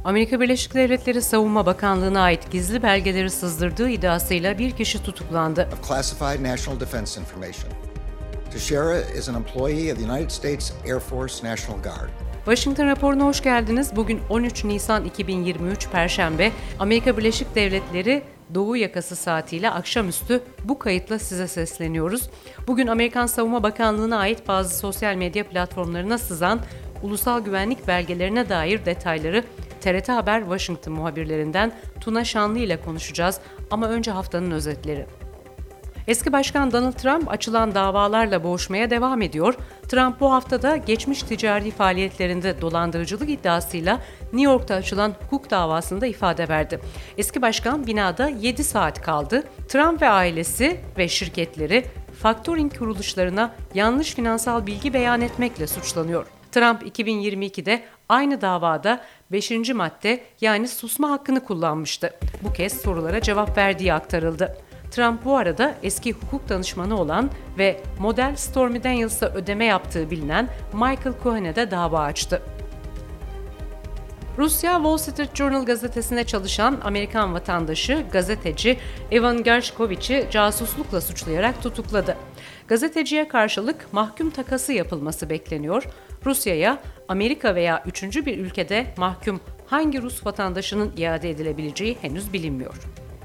Amerika Birleşik Devletleri Savunma Bakanlığı'na ait gizli belgeleri sızdırdığı iddiasıyla bir kişi tutuklandı. Of classified national defense information. Teixeira is an employee of the United States Air Force National Guard. Washington raporuna hoş geldiniz. Bugün 13 Nisan 2023 Perşembe. Amerika Birleşik Devletleri Doğu yakası saatiyle akşamüstü bu kayıtla size sesleniyoruz. Bugün Amerikan Savunma Bakanlığı'na ait bazı sosyal medya platformlarına sızan ulusal güvenlik belgelerine dair detayları TRT Haber Washington muhabirlerinden Tuna Şanlı ile konuşacağız. Ama önce haftanın özetleri. Eski Başkan Donald Trump açılan davalarla boğuşmaya devam ediyor. Trump bu haftada geçmiş ticari faaliyetlerinde dolandırıcılık iddiasıyla New York'ta açılan hukuk davasında ifade verdi. Eski başkan binada 7 saat kaldı. Trump ve ailesi ve şirketleri factoring kuruluşlarına yanlış finansal bilgi beyan etmekle suçlanıyor. Trump 2022'de aynı davada 5. madde yani susma hakkını kullanmıştı. Bu kez sorulara cevap verdiği aktarıldı. Trump bu arada eski hukuk danışmanı olan ve model Stormy Daniels'a ödeme yaptığı bilinen Michael Cohen'e de dava açtı. Rusya Wall Street Journal gazetesine çalışan Amerikan vatandaşı gazeteci Evan Gershkovich'i casuslukla suçlayarak tutukladı. Gazeteciye karşılık mahkum takası yapılması bekleniyor. Rusya'ya Amerika veya üçüncü bir ülkede mahkum hangi Rus vatandaşının iade edilebileceği henüz bilinmiyor.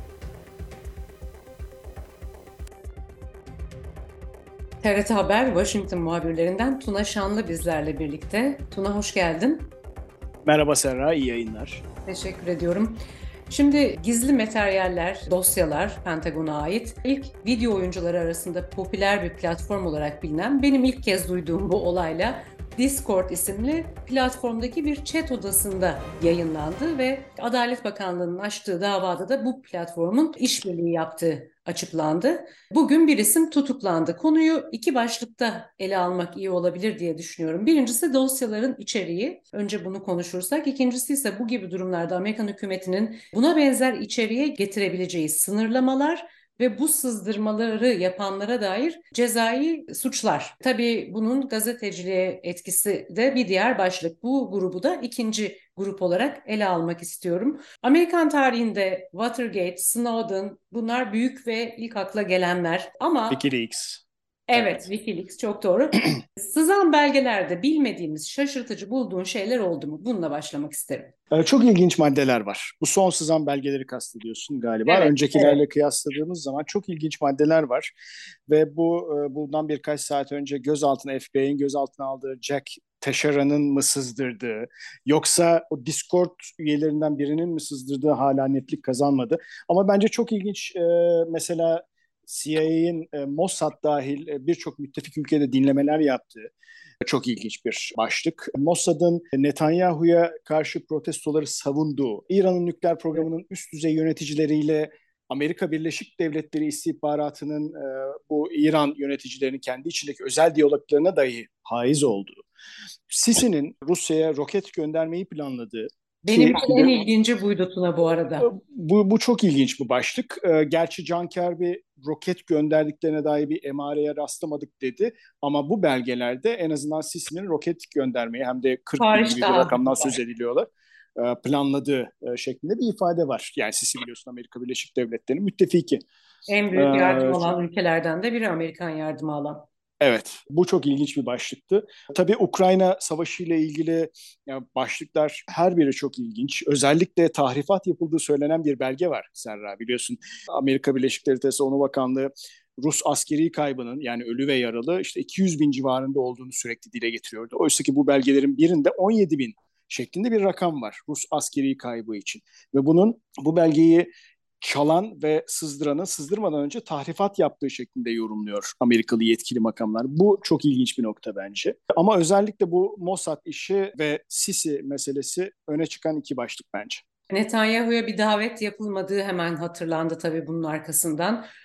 TRT Haber Washington muhabirlerinden Tuna Şanlı bizlerle birlikte. Tuna hoş geldin. Merhaba Serra, iyi yayınlar. Teşekkür ediyorum. Şimdi gizli materyaller, dosyalar Pentagon'a ait ilk video oyuncuları arasında popüler bir platform olarak bilinen, benim ilk kez duyduğum bu olayla Discord isimli platformdaki bir chat odasında yayınlandı ve Adalet Bakanlığı'nın açtığı davada da bu platformun işbirliği yaptığı açıklandı. Bugün bir isim tutuklandı. Konuyu iki başlıkta ele almak iyi olabilir diye düşünüyorum. Birincisi dosyaların içeriği. Önce bunu konuşursak. İkincisi ise bu gibi durumlarda Amerikan hükümetinin buna benzer içeriğe getirebileceği sınırlamalar ve bu sızdırmaları yapanlara dair cezai suçlar. Tabii bunun gazeteciliğe etkisi de bir diğer başlık. Bu grubu da ikinci grup olarak ele almak istiyorum. Amerikan tarihinde Watergate, Snowden bunlar büyük ve ilk akla gelenler ama... WikiLeaks. Evet, WikiLeaks çok doğru. Sızan belgelerde bilmediğimiz, şaşırtıcı bulduğun şeyler oldu mu? Bununla başlamak isterim. Çok ilginç maddeler var. Bu son sızan belgeleri kastediyorsun galiba. Evet, Öncekilerle kıyasladığımız zaman çok ilginç maddeler var. Ve bundan birkaç saat önce FBI'nin gözaltına aldığı Jack Teixeira'nın mı sızdırdığı, yoksa o Discord üyelerinden birinin mi sızdırdığı hala netlik kazanmadı. Ama bence çok ilginç mesela CIA'in Mossad dahil birçok müttefik ülkede dinlemeler yaptığı çok ilginç bir başlık. Mossad'ın Netanyahu'ya karşı protestoları savunduğu, İran'ın nükleer programının üst düzey yöneticileriyle Amerika Birleşik Devletleri istihbaratının bu İran yöneticilerinin kendi içindeki özel diyaloglarına dahi haiz olduğu, Sisi'nin Rusya'ya roket göndermeyi planladığı, benim için en ilginci buydu Tuna bu arada. Bu çok ilginç bir başlık. Gerçi John Kirby roket gönderdiklerine dair bir emareye rastlamadık dedi. Ama bu belgelerde en azından Sisi'nin roket göndermeyi hem de 40 bin gibi bir rakamdan söz ediliyorlar. Planladığı şeklinde bir ifade var. Yani Sisi biliyorsun Amerika Birleşik Devletleri'nin müttefiki. En büyük yardım alan ülkelerden de biri Amerikan yardımı alan. Evet, bu çok ilginç bir başlıktı. Tabii Ukrayna Savaşı ile ilgili başlıklar her biri çok ilginç. Özellikle tahrifat yapıldığı söylenen bir belge var Serra, biliyorsun. Amerika Birleşik Devletleri Savunma Bakanlığı Rus askeri kaybının yani ölü ve yaralı işte 200 bin civarında olduğunu sürekli dile getiriyordu. Oysa ki bu belgelerin birinde 17 bin şeklinde bir rakam var Rus askeri kaybı için. Ve bu belgeyi çalan ve sızdıranın sızdırmadan önce tahrifat yaptığı şeklinde yorumluyor Amerikalı yetkili makamlar. Bu çok ilginç bir nokta bence. Ama özellikle bu Mossad işi ve Sisi meselesi öne çıkan iki başlık bence. Netanyahu'ya bir davet yapılmadığı hemen hatırlandı tabii bunun arkasından.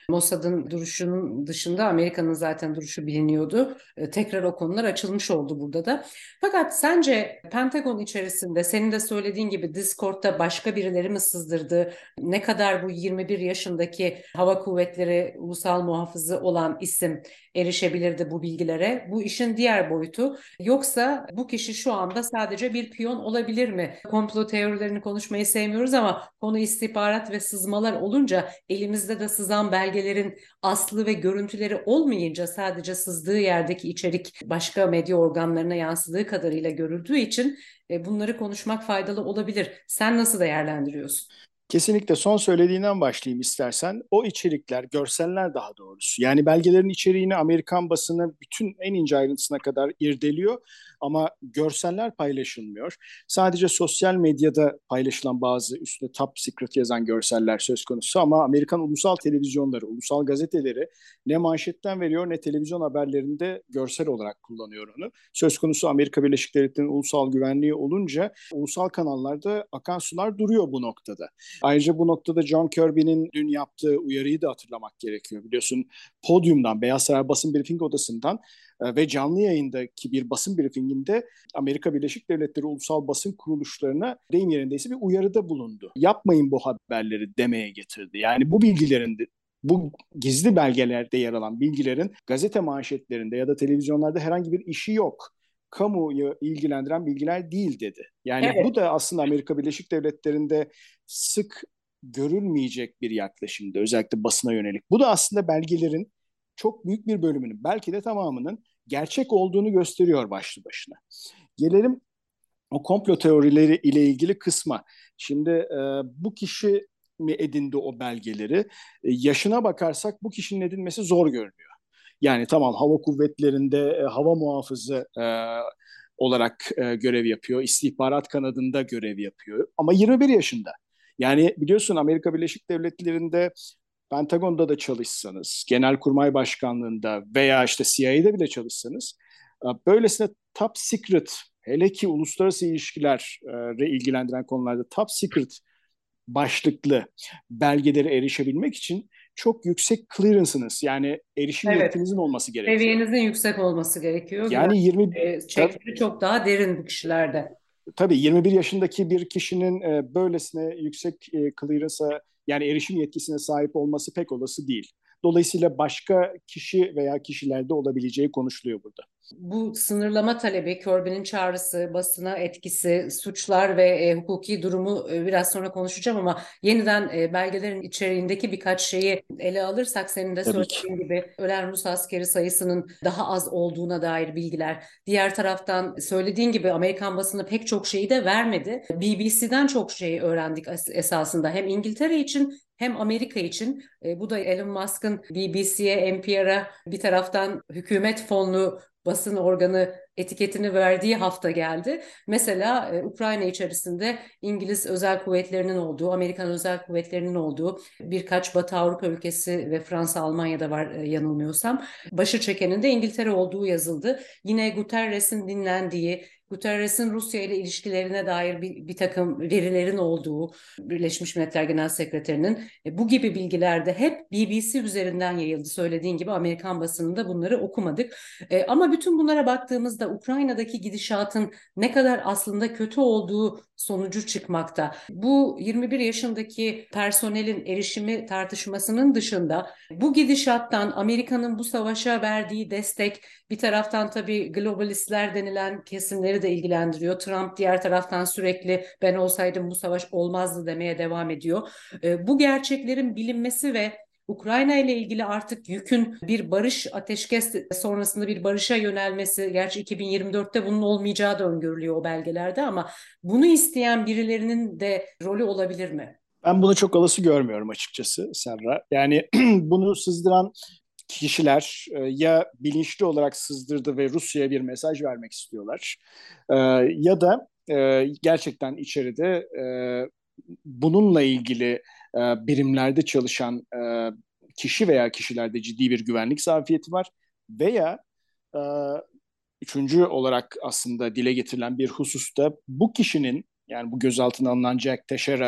Mossad'ın duruşunun dışında Amerika'nın zaten duruşu biliniyordu. Tekrar o konular açılmış oldu burada da. Fakat sence Pentagon içerisinde senin de söylediğin gibi Discord'da başka birileri mi sızdırdı? Ne kadar bu 21 yaşındaki Hava Kuvvetleri Ulusal Muhafızı olan isim erişebilirdi bu bilgilere? Bu işin diğer boyutu. Yoksa bu kişi şu anda sadece bir piyon olabilir mi? Komplo teorilerini konuşmayı sevmiyoruz ama konu istihbarat ve sızmalar olunca elimizde de sızan belgelerin aslı ve görüntüleri olmayınca sadece sızdığı yerdeki içerik başka medya organlarına yansıdığı kadarıyla görüldüğü için bunları konuşmak faydalı olabilir. Sen nasıl değerlendiriyorsun? Kesinlikle son söylediğinden başlayayım istersen. O içerikler, görseller daha doğrusu. Yani belgelerin içeriğini Amerikan basını bütün en ince ayrıntısına kadar irdeliyor ama görseller paylaşılmıyor. Sadece sosyal medyada paylaşılan bazı üstüne top secret yazan görseller söz konusu ama Amerikan ulusal televizyonları, ulusal gazeteleri ne manşetten veriyor ne televizyon haberlerinde görsel olarak kullanıyor onu. Söz konusu Amerika Birleşik Devletleri'nin ulusal güvenliği olunca ulusal kanallarda akan sular duruyor bu noktada. Ayrıca bu noktada John Kirby'nin dün yaptığı uyarıyı da hatırlamak gerekiyor. Biliyorsun podyumdan, Beyaz Saray basın briefing odasından ve canlı yayındaki bir basın briefinginde Amerika Birleşik Devletleri ulusal basın kuruluşlarına deyim yerindeyse bir uyarıda bulundu. Yapmayın bu haberleri demeye getirdi. Yani bu bilgilerin bu gizli belgelerde yer alan bilgilerin gazete manşetlerinde ya da televizyonlarda herhangi bir işi yok. Kamuoyu ilgilendiren bilgiler değil dedi. Yani bu Evet. da aslında Amerika Birleşik Devletleri'nde sık görülmeyecek bir yaklaşımdı özellikle basına yönelik. Bu da aslında belgelerin çok büyük bir bölümünün belki de tamamının gerçek olduğunu gösteriyor başlı başına. Gelelim o komplo teorileri ile ilgili kısma. Şimdi bu kişi mi edindi o belgeleri? Yaşına bakarsak bu kişinin edinmesi zor görünüyor. Yani tamam hava kuvvetlerinde hava muhafızı olarak görev yapıyor. İstihbarat kanadında görev yapıyor. Ama 21 yaşında. Yani biliyorsun Amerika Birleşik Devletleri'nde Pentagon'da da çalışsanız, Genelkurmay Başkanlığı'nda veya işte CIA'de bile çalışsanız böylesine top secret, hele ki uluslararası ilişkilerle ilgilendiren konularda top secret başlıklı belgelere erişebilmek için çok yüksek clearance'ınız yani erişim Evet. yetkinizin olması gerekiyor. Seviyenizin yüksek olması gerekiyor. Yani 20 Çekleri çok daha derin bu kişilerde. tabii 21 yaşındaki bir kişinin böylesine yüksek clearance'a yani erişim yetkisine sahip olması pek olası değil. Dolayısıyla başka kişi veya kişilerde olabileceği konuşuluyor burada. Bu sınırlama talebi, Kirby'nin çağrısı, basına etkisi, suçlar ve hukuki durumu biraz sonra konuşacağım ama yeniden belgelerin içeriğindeki birkaç şeyi ele alırsak senin de Tabii ki. söylediğin gibi ölen Rus askeri sayısının daha az olduğuna dair bilgiler. Diğer taraftan söylediğin gibi Amerikan basını pek çok şeyi de vermedi. BBC'den çok şeyi öğrendik esasında hem İngiltere için hem Amerika için. Bu da Elon Musk'ın BBC'ye, NPR'a bir taraftan hükümet fonlu basın organı etiketini verdiği hafta geldi. Mesela Ukrayna içerisinde İngiliz özel kuvvetlerinin olduğu, Amerikan özel kuvvetlerinin olduğu birkaç Batı Avrupa ülkesi ve Fransa, Almanya'da var yanılmıyorsam. Başı çekenin de İngiltere olduğu yazıldı. Yine Guterres'in dinlendiği, Guterres'in Rusya ile ilişkilerine dair bir takım verilerin olduğu, Birleşmiş Milletler Genel Sekreterinin bu gibi bilgiler de hep BBC üzerinden yayıldı. Söylediğin gibi Amerikan basınında bunları okumadık. Ama bütün bunlara baktığımızda Ukrayna'daki gidişatın ne kadar aslında kötü olduğu sonucu çıkmakta. Bu 21 yaşındaki personelin erişimi tartışmasının dışında bu gidişattan Amerika'nın bu savaşa verdiği destek bir taraftan tabii globalistler denilen kesimleri de ilgilendiriyor. Trump diğer taraftan sürekli ben olsaydım bu savaş olmazdı demeye devam ediyor. Bu gerçeklerin bilinmesi ve Ukrayna ile ilgili artık yükün bir barış ateşkes sonrasında bir barışa yönelmesi, gerçi 2024'te bunun olmayacağı da öngörülüyor o belgelerde ama bunu isteyen birilerinin de rolü olabilir mi? Ben bunu çok olası görmüyorum açıkçası Serra. Yani bunu sızdıran kişiler ya bilinçli olarak sızdırdı ve Rusya'ya bir mesaj vermek istiyorlar e, ya da gerçekten içeride bununla ilgili birimlerde çalışan kişi veya kişilerde ciddi bir güvenlik zafiyeti var veya e, üçüncü olarak aslında dile getirilen bir hususta bu kişinin yani bu gözaltına alınan Jack Teixeira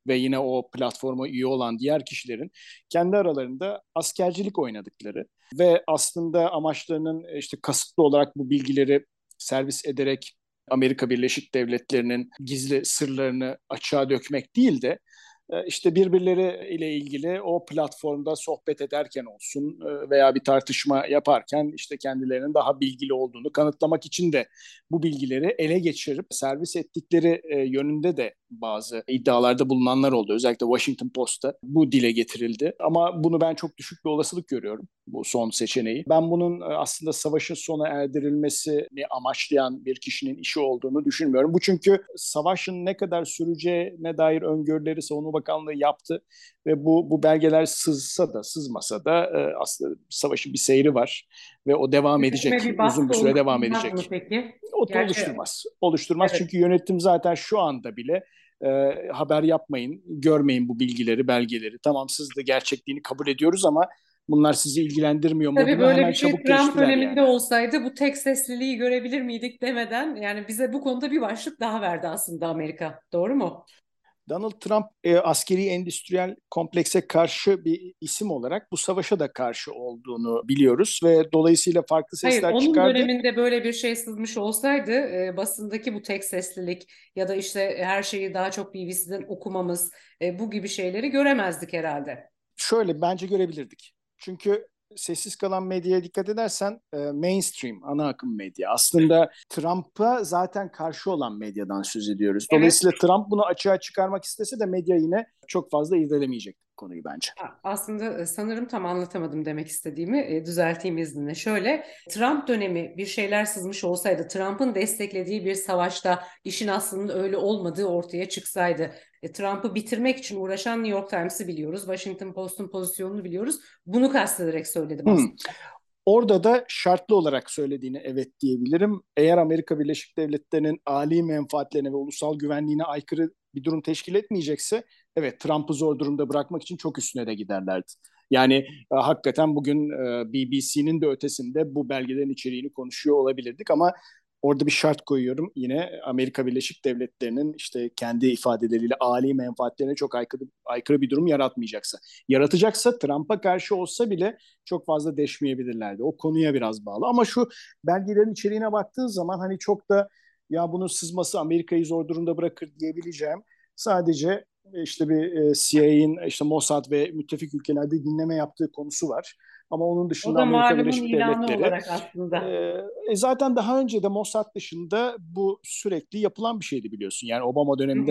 ve yine o platforma üye olan diğer kişilerin kendi aralarında askercilik oynadıkları ve aslında amaçlarının işte kasıtlı olarak bu bilgileri servis ederek Amerika Birleşik Devletleri'nin gizli sırlarını açığa dökmek değil de işte birbirleri ile ilgili o platformda sohbet ederken olsun veya bir tartışma yaparken işte kendilerinin daha bilgili olduğunu kanıtlamak için de bu bilgileri ele geçirip servis ettikleri yönünde de bazı iddialarda bulunanlar oldu. Özellikle Washington Post'ta bu dile getirildi. Ama bunu ben çok düşük bir olasılık görüyorum, bu son seçeneği. Ben bunun aslında savaşın sona erdirilmesini amaçlayan bir kişinin işi olduğunu düşünmüyorum. Bu çünkü savaşın ne kadar süreceğine dair öngörüleri Savunma Bakanlığı yaptı ve bu belgeler sızsa da sızmasa da aslında savaşın bir seyri var ve o devam Üstüme edecek. bir Uzun bir baskı süre devam oluşturmaz mı edecek. peki? O da Gerçi oluşturmaz. Oluşturmaz evet. çünkü yönetim zaten şu anda bile haber yapmayın, görmeyin bu bilgileri, belgeleri. Tamam, siz de gerçekliğini kabul ediyoruz ama bunlar sizi ilgilendirmiyor Tabii moduna böyle bir hemen şey çabuk Trump geçtiler döneminde yani. olsaydı bu tek sesliliği görebilir miydik demeden yani bize bu konuda bir başlık daha verdi aslında Amerika. Doğru mu? Donald Trump askeri endüstriyel komplekse karşı bir isim olarak bu savaşa da karşı olduğunu biliyoruz ve dolayısıyla farklı Hayır, sesler onun çıkardı. döneminde böyle bir şey sızmış olsaydı basındaki bu tek seslilik ya da işte her şeyi daha çok BBC'den okumamız bu gibi şeyleri göremezdik herhalde. Şöyle bence görebilirdik. Çünkü sessiz kalan medyaya dikkat edersen mainstream, ana akım medya. Aslında Trump'a zaten karşı olan medyadan söz ediyoruz. Evet. Dolayısıyla Trump bunu açığa çıkarmak istese de medya yine çok fazla irdelemeyecek konuyu bence. Aslında sanırım tam anlatamadım demek istediğimi düzelteyim izninle. Şöyle, Trump dönemi bir şeyler sızmış olsaydı, Trump'ın desteklediği bir savaşta işin aslında öyle olmadığı ortaya çıksaydı, Trump'ı bitirmek için uğraşan New York Times'ı biliyoruz, Washington Post'un pozisyonunu biliyoruz. Bunu kastederek söyledim Hmm. aslında. Orada da şartlı olarak söylediğine evet diyebilirim. Eğer Amerika Birleşik Devletleri'nin âli menfaatlerine ve ulusal güvenliğine aykırı bir durum teşkil etmeyecekse, evet, Trump'ı zor durumda bırakmak için çok üstüne de giderlerdi. Yani hakikaten bugün BBC'nin de ötesinde bu belgelerin içeriğini konuşuyor olabilirdik ama orada bir şart koyuyorum. Yine Amerika Birleşik Devletleri'nin işte kendi ifadeleriyle âli menfaatlerine çok aykırı bir durum yaratmayacaksa. Yaratacaksa Trump'a karşı olsa bile çok fazla deşmeyebilirlerdi. O konuya biraz bağlı. Ama şu belgelerin içeriğine baktığın zaman hani çok da ya bunun sızması Amerika'yı zor durumda bırakır diyebileceğim. Sadece işte bir CIA'in işte Mossad ve müttefik ülkelerde dinleme yaptığı konusu var. Ama onun O dışında da Amerika malumun Birleşik ilanı Devletleri olarak aslında. zaten daha önce de Mossad dışında bu sürekli yapılan bir şeydi biliyorsun. Yani Obama döneminde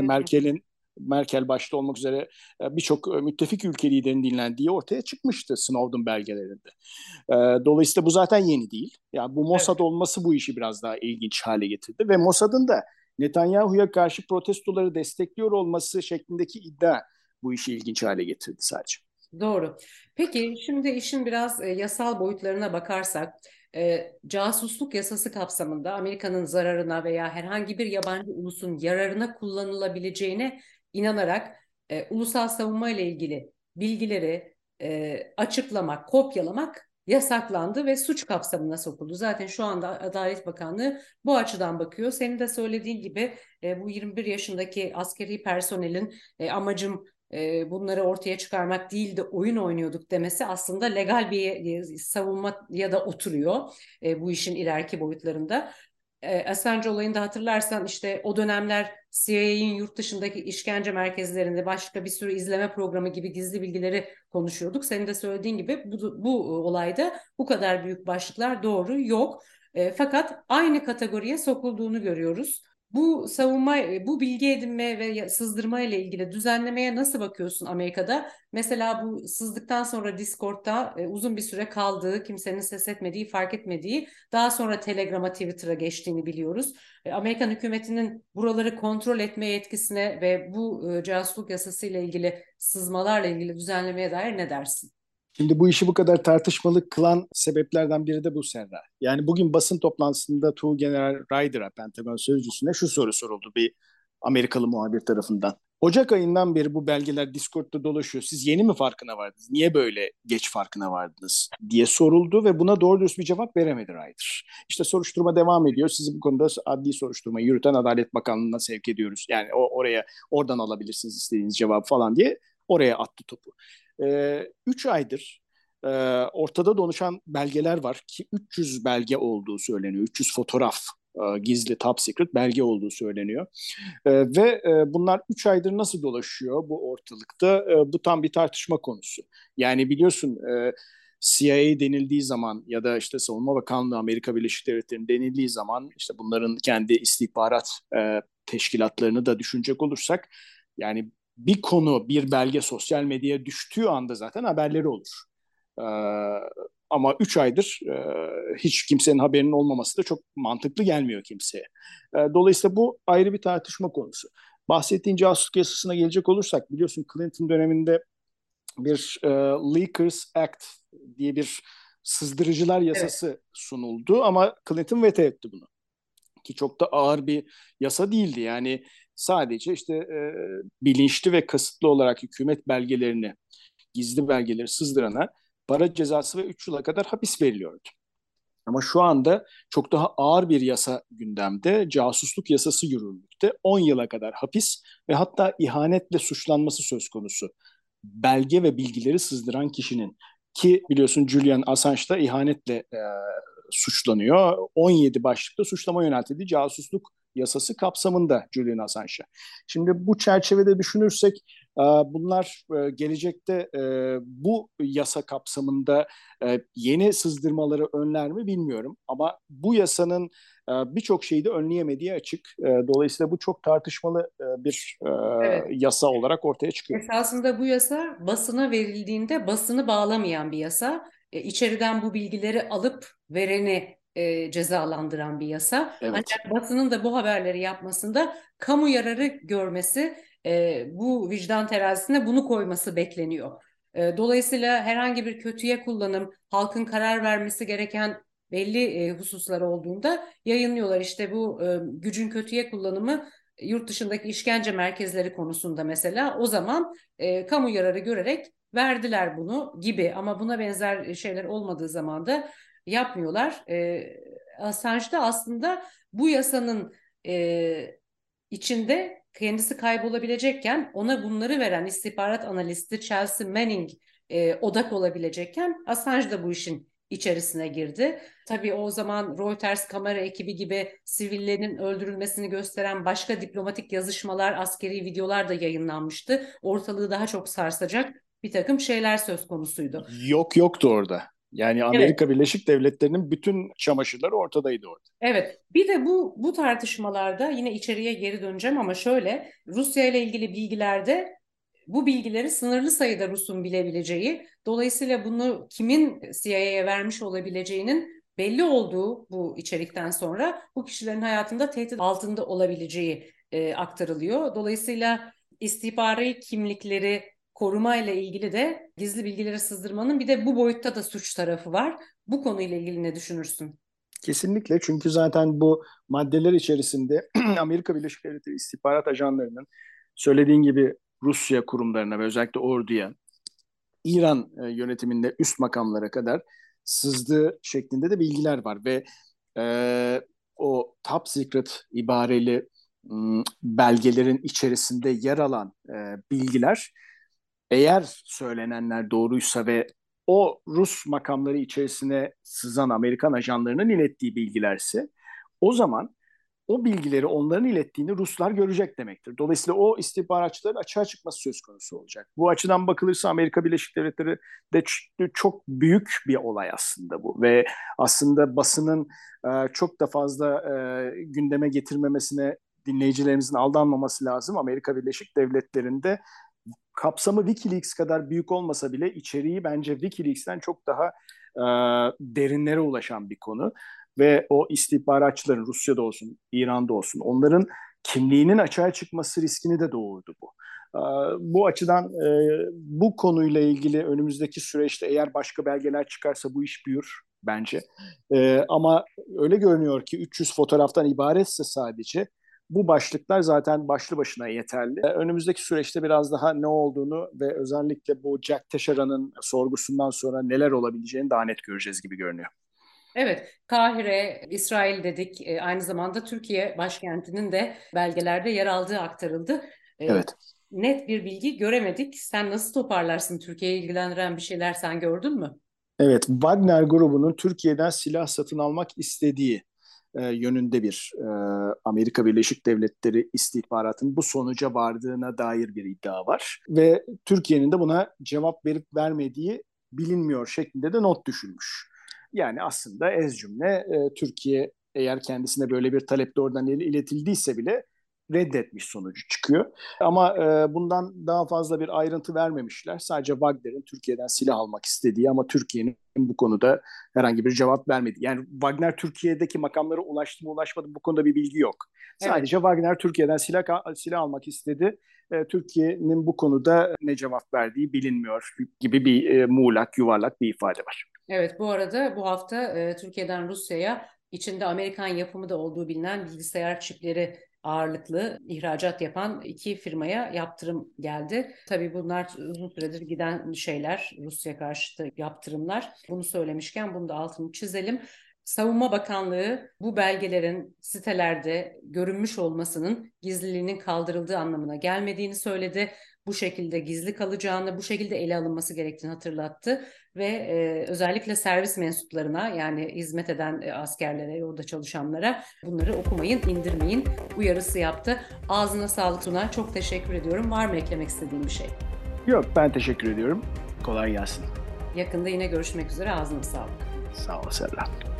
Merkel başta olmak üzere birçok müttefik ülke liderinin dinlendiği ortaya çıkmıştı Snowden belgelerinde. Dolayısıyla bu zaten yeni değil. Yani bu Mossad Evet. olması bu işi biraz daha ilginç hale getirdi ve Mossad'ın da Netanyahu'ya karşı protestoları destekliyor olması şeklindeki iddia bu işi ilginç hale getirdi sadece. Doğru. Peki şimdi işin biraz yasal boyutlarına bakarsak, casusluk yasası kapsamında Amerika'nın zararına veya herhangi bir yabancı ulusun yararına kullanılabileceğine inanarak ulusal savunma ile ilgili bilgileri açıklamak, kopyalamak yasaklandı ve suç kapsamına sokuldu. Zaten şu anda Adalet Bakanlığı bu açıdan bakıyor. Senin de söylediğin gibi bu 21 yaşındaki askeri personelin amacım bunları ortaya çıkarmak değil de oyun oynuyorduk demesi aslında legal bir savunmaya da oturuyor bu işin ileriki boyutlarında. Assange olayında hatırlarsan işte o dönemler CIA'in yurt dışındaki işkence merkezlerinde başka bir sürü izleme programı gibi gizli bilgileri konuşuyorduk. Senin de söylediğin gibi bu olayda bu kadar büyük başlıklar doğru yok. Fakat aynı kategoriye sokulduğunu görüyoruz. Bu savunma, bu bilgi edinme ve sızdırma ile ilgili düzenlemeye nasıl bakıyorsun Amerika'da? Mesela bu sızdıktan sonra Discord'da uzun bir süre kaldığı, kimsenin ses etmediği, fark etmediği, daha sonra Telegram'a, Twitter'a geçtiğini biliyoruz. Amerikan hükümetinin buraları kontrol etme yetkisine ve bu casusluk yasası ile ilgili sızmalarla ilgili düzenlemeye dair ne dersin? Şimdi bu işi bu kadar tartışmalı kılan sebeplerden biri de bu, Serra. Yani bugün basın toplantısında Tuğ General Ryder'a, Pentagon sözcüsüne şu soru soruldu bir Amerikalı muhabir tarafından. Ocak ayından beri bu belgeler Discord'da dolaşıyor. Siz yeni mi farkına vardınız? Niye böyle geç farkına vardınız diye soruldu ve buna doğru dürüst bir cevap veremedi Ryder. İşte soruşturma devam ediyor. Sizi bu konuda adli soruşturma yürüten Adalet Bakanlığı'na sevk ediyoruz. Yani oradan alabilirsiniz istediğiniz cevap falan diye oraya attı topu. 3 aydır ortada dolaşan belgeler var ki 300 belge olduğu söyleniyor. 300 fotoğraf, gizli top secret belge olduğu söyleniyor. Bunlar 3 aydır nasıl dolaşıyor bu ortalıkta? Bu tam bir tartışma konusu. Yani biliyorsun CIA denildiği zaman ya da işte Savunma Bakanlığı Amerika Birleşik Devletleri'nin denildiği zaman işte bunların kendi istihbarat teşkilatlarını da düşünecek olursak yani bir konu, bir belge sosyal medyaya düştüğü anda zaten haberleri olur. Ee, Ama 3 aydır hiç kimsenin haberinin olmaması da çok mantıklı gelmiyor kimseye. Dolayısıyla bu ayrı bir tartışma konusu. Bahsettiğin casusluk yasasına gelecek olursak biliyorsun Clinton döneminde bir Leakers Act diye bir sızdırıcılar Evet. yasası sunuldu ama Clinton veto etti bunu. Ki çok da ağır bir yasa değildi. Yani sadece işte bilinçli ve kasıtlı olarak hükümet belgelerini, gizli belgeleri sızdırana para cezası ve 3 yıla kadar hapis veriliyordu. Ama şu anda çok daha ağır bir yasa gündemde. Casusluk yasası yürürlükte. 10 yıla kadar hapis ve hatta ihanetle suçlanması söz konusu. Belge ve bilgileri sızdıran kişinin ki biliyorsun Julian Assange da ihanetle suçlanıyor. 17 başlıkta suçlama yöneltildi casusluk yasası kapsamında Julian Assange'a. Şimdi bu çerçevede düşünürsek bunlar gelecekte bu yasa kapsamında yeni sızdırmaları önler mi bilmiyorum. Ama bu yasanın birçok şeyi de önleyemediği açık. Dolayısıyla bu çok tartışmalı bir Evet. yasa olarak ortaya çıkıyor. Esasında bu yasa basına verildiğinde basını bağlamayan bir yasa. İçeriden bu bilgileri alıp vereni cezalandıran bir yasa. Evet. Ancak basının da bu haberleri yapmasında kamu yararı görmesi, bu vicdan terazisine bunu koyması bekleniyor. Dolayısıyla herhangi bir kötüye kullanım, halkın karar vermesi gereken belli hususlar olduğunda yayınlıyorlar. İşte bu gücün kötüye kullanımı yurt dışındaki işkence merkezleri konusunda mesela o zaman kamu yararı görerek verdiler bunu gibi, ama buna benzer şeyler olmadığı zaman da yapmıyorlar. Assange'da aslında bu yasanın içinde kendisi kaybolabilecekken ona bunları veren istihbarat analisti Chelsea Manning odak olabilecekken Assange da bu işin içerisine girdi. Tabii o zaman Reuters kamera ekibi gibi sivillerin öldürülmesini gösteren başka diplomatik yazışmalar, askeri videolar da yayınlanmıştı. Ortalığı daha çok sarsacak bir takım şeyler söz konusuydu. Yoktu orada. Yani Evet. Amerika Birleşik Devletleri'nin bütün çamaşırları ortadaydı orada. Evet, bir de bu tartışmalarda yine içeriye geri döneceğim ama şöyle, Rusya ile ilgili bilgilerde bu bilgileri sınırlı sayıda Rus'un bilebileceği, dolayısıyla bunu kimin CIA'ya vermiş olabileceğinin belli olduğu bu içerikten sonra bu kişilerin hayatında tehdit altında olabileceği aktarılıyor. Dolayısıyla istihbari kimlikleri koruma ile ilgili de gizli bilgileri sızdırmanın bir de bu boyutta da suç tarafı var. Bu konuyla ilgili ne düşünürsün? Kesinlikle çünkü zaten bu maddeler içerisinde Amerika Birleşik Devletleri istihbarat ajanlarının söylediğin gibi Rusya kurumlarına ve özellikle orduya, İran yönetiminde üst makamlara kadar sızdığı şeklinde de bilgiler var ve o top secret ibareli belgelerin içerisinde yer alan bilgiler eğer söylenenler doğruysa ve o Rus makamları içerisine sızan Amerikan ajanlarının ilettiği bilgilerse o zaman o bilgileri onların ilettiğini Ruslar görecek demektir. Dolayısıyla o istihbaratçıların açığa çıkması söz konusu olacak. Bu açıdan bakılırsa Amerika Birleşik Devletleri de çok büyük bir olay aslında bu. Ve aslında basının çok da fazla gündeme getirmemesine dinleyicilerimizin aldanmaması lazım. Amerika Birleşik Devletleri'nde kapsamı WikiLeaks kadar büyük olmasa bile içeriği bence WikiLeaks'ten çok daha derinlere ulaşan bir konu. Ve o istihbaratçıların Rusya'da olsun, İran'da olsun onların kimliğinin açığa çıkması riskini de doğurdu bu. Bu açıdan bu konuyla ilgili önümüzdeki süreçte eğer başka belgeler çıkarsa bu iş büyür bence. Ama öyle görünüyor ki 300 fotoğraftan ibaretse sadece Bu başlıklar zaten başlı başına yeterli. Önümüzdeki süreçte biraz daha ne olduğunu ve özellikle bu Jack Teixeira'nın sorgusundan sonra neler olabileceğini daha net göreceğiz gibi görünüyor. Evet, Kahire, İsrail dedik. Aynı zamanda Türkiye başkentinin de belgelerde yer aldığı aktarıldı. Evet. Net bir bilgi göremedik. Sen nasıl toparlarsın? Türkiye'yi ilgilendiren bir şeyler sen gördün mü? Evet, Wagner grubunun Türkiye'den silah satın almak istediği yönünde bir Amerika Birleşik Devletleri istihbaratının bu sonuca vardığına dair bir iddia var. Ve Türkiye'nin de buna cevap verip vermediği bilinmiyor şeklinde de not düşülmüş. Yani aslında ez cümle Türkiye eğer kendisine böyle bir talep doğrudan iletildiyse bile reddetmiş sonucu çıkıyor. Ama bundan daha fazla bir ayrıntı vermemişler. Sadece Wagner'in Türkiye'den silah almak istediği ama Türkiye'nin bu konuda herhangi bir cevap vermedi. Yani Wagner Türkiye'deki makamlara ulaştı mı ulaşmadı mı bu konuda bir bilgi yok. Evet. Sadece Wagner Türkiye'den silah almak istedi. Türkiye'nin bu konuda ne cevap verdiği bilinmiyor gibi bir muğlak, yuvarlak bir ifade var. Evet, bu arada bu hafta Türkiye'den Rusya'ya içinde Amerikan yapımı da olduğu bilinen bilgisayar çipleri ağırlıklı ihracat yapan 2 firmaya yaptırım geldi. Tabii bunlar uzun süredir giden şeyler, Rusya karşıtı yaptırımlar. Bunu söylemişken bunu da altını çizelim. Savunma Bakanlığı bu belgelerin sitelerde görünmüş olmasının gizliliğinin kaldırıldığı anlamına gelmediğini söyledi. Bu şekilde gizli kalacağını, bu şekilde ele alınması gerektiğini hatırlattı ve özellikle servis mensuplarına yani hizmet eden askerlere, orada çalışanlara bunları okumayın, indirmeyin uyarısı yaptı. Ağzına sağlık Tuna. Çok teşekkür ediyorum. Var mı eklemek istediğin bir şey? Yok, ben teşekkür ediyorum. Kolay gelsin. Yakında yine görüşmek üzere. Ağzına sağlık. Sağ ol Serra.